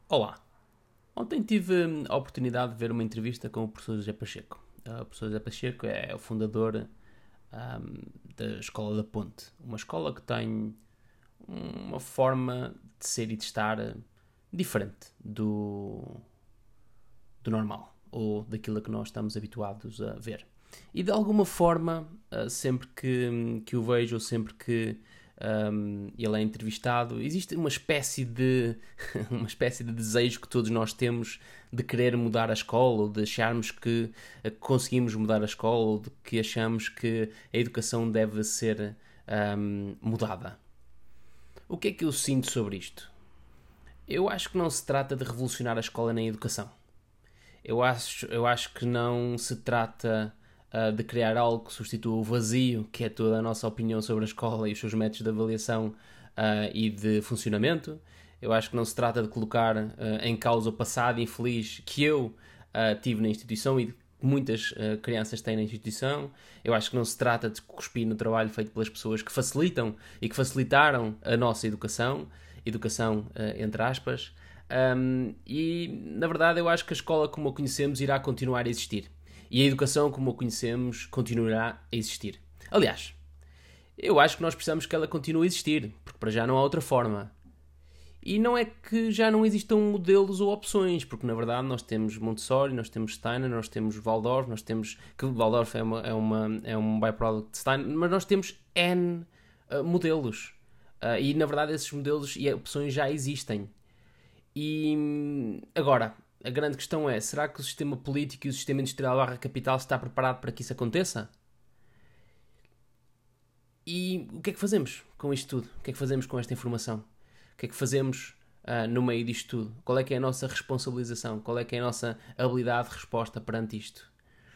Olá, ontem tive a oportunidade de ver uma entrevista com o professor José Pacheco. O professor José Pacheco é o fundador da Escola da Ponte, uma escola que tem uma forma de ser e de estar diferente do normal, ou daquilo a que nós estamos habituados a ver. E de alguma forma, sempre que o vejo, ou sempre que ele é entrevistado, existe uma espécie de uma espécie de desejo que todos nós temos de querer mudar a escola, ou de acharmos que conseguimos mudar a escola, ou de que achamos que a educação deve ser mudada. O que é que eu sinto sobre isto? Eu acho que não se trata de revolucionar a escola nem a educação. Eu acho que não se trata de criar algo que substitua o vazio, que é toda a nossa opinião sobre a escola e os seus métodos de avaliação e de funcionamento. Eu acho que não se trata de colocar em causa o passado infeliz que eu tive na instituição e que muitas crianças têm na instituição. Eu acho que não se trata de cuspir no trabalho feito pelas pessoas que facilitam e que facilitaram a nossa educação entre aspas. E na verdade eu acho que a escola como a conhecemos irá continuar a existir e a educação como a conhecemos continuará a existir. Aliás, eu acho que nós precisamos que ela continue a existir, porque para já não há outra forma. E não é que já não existam modelos ou opções, porque na verdade nós temos Montessori, nós temos Steiner, nós temos Waldorf, nós temos. Que Waldorf é um byproduct de Steiner, mas nós temos N modelos. E na verdade esses modelos e opções já existem. E agora, a grande questão é, será que o sistema político e o sistema industrial barra capital está preparado para que isso aconteça? E o que é que fazemos com isto tudo? O que é que fazemos com esta informação? O que é que fazemos no meio disto tudo? Qual é que é a nossa responsabilização? Qual é que é a nossa habilidade de resposta perante isto?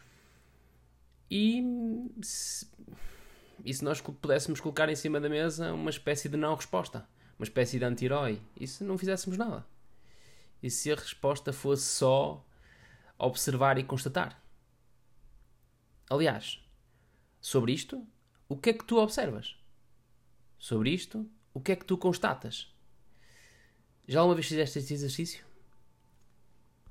E se, e se nós pudéssemos colocar em cima da mesa uma espécie de não resposta? Uma espécie de anti-herói? E se não fizéssemos nada? E se a resposta fosse só observar e constatar? Aliás, sobre isto, o que é que tu observas? Sobre isto, o que é que tu constatas? Já alguma vez fizeste este exercício?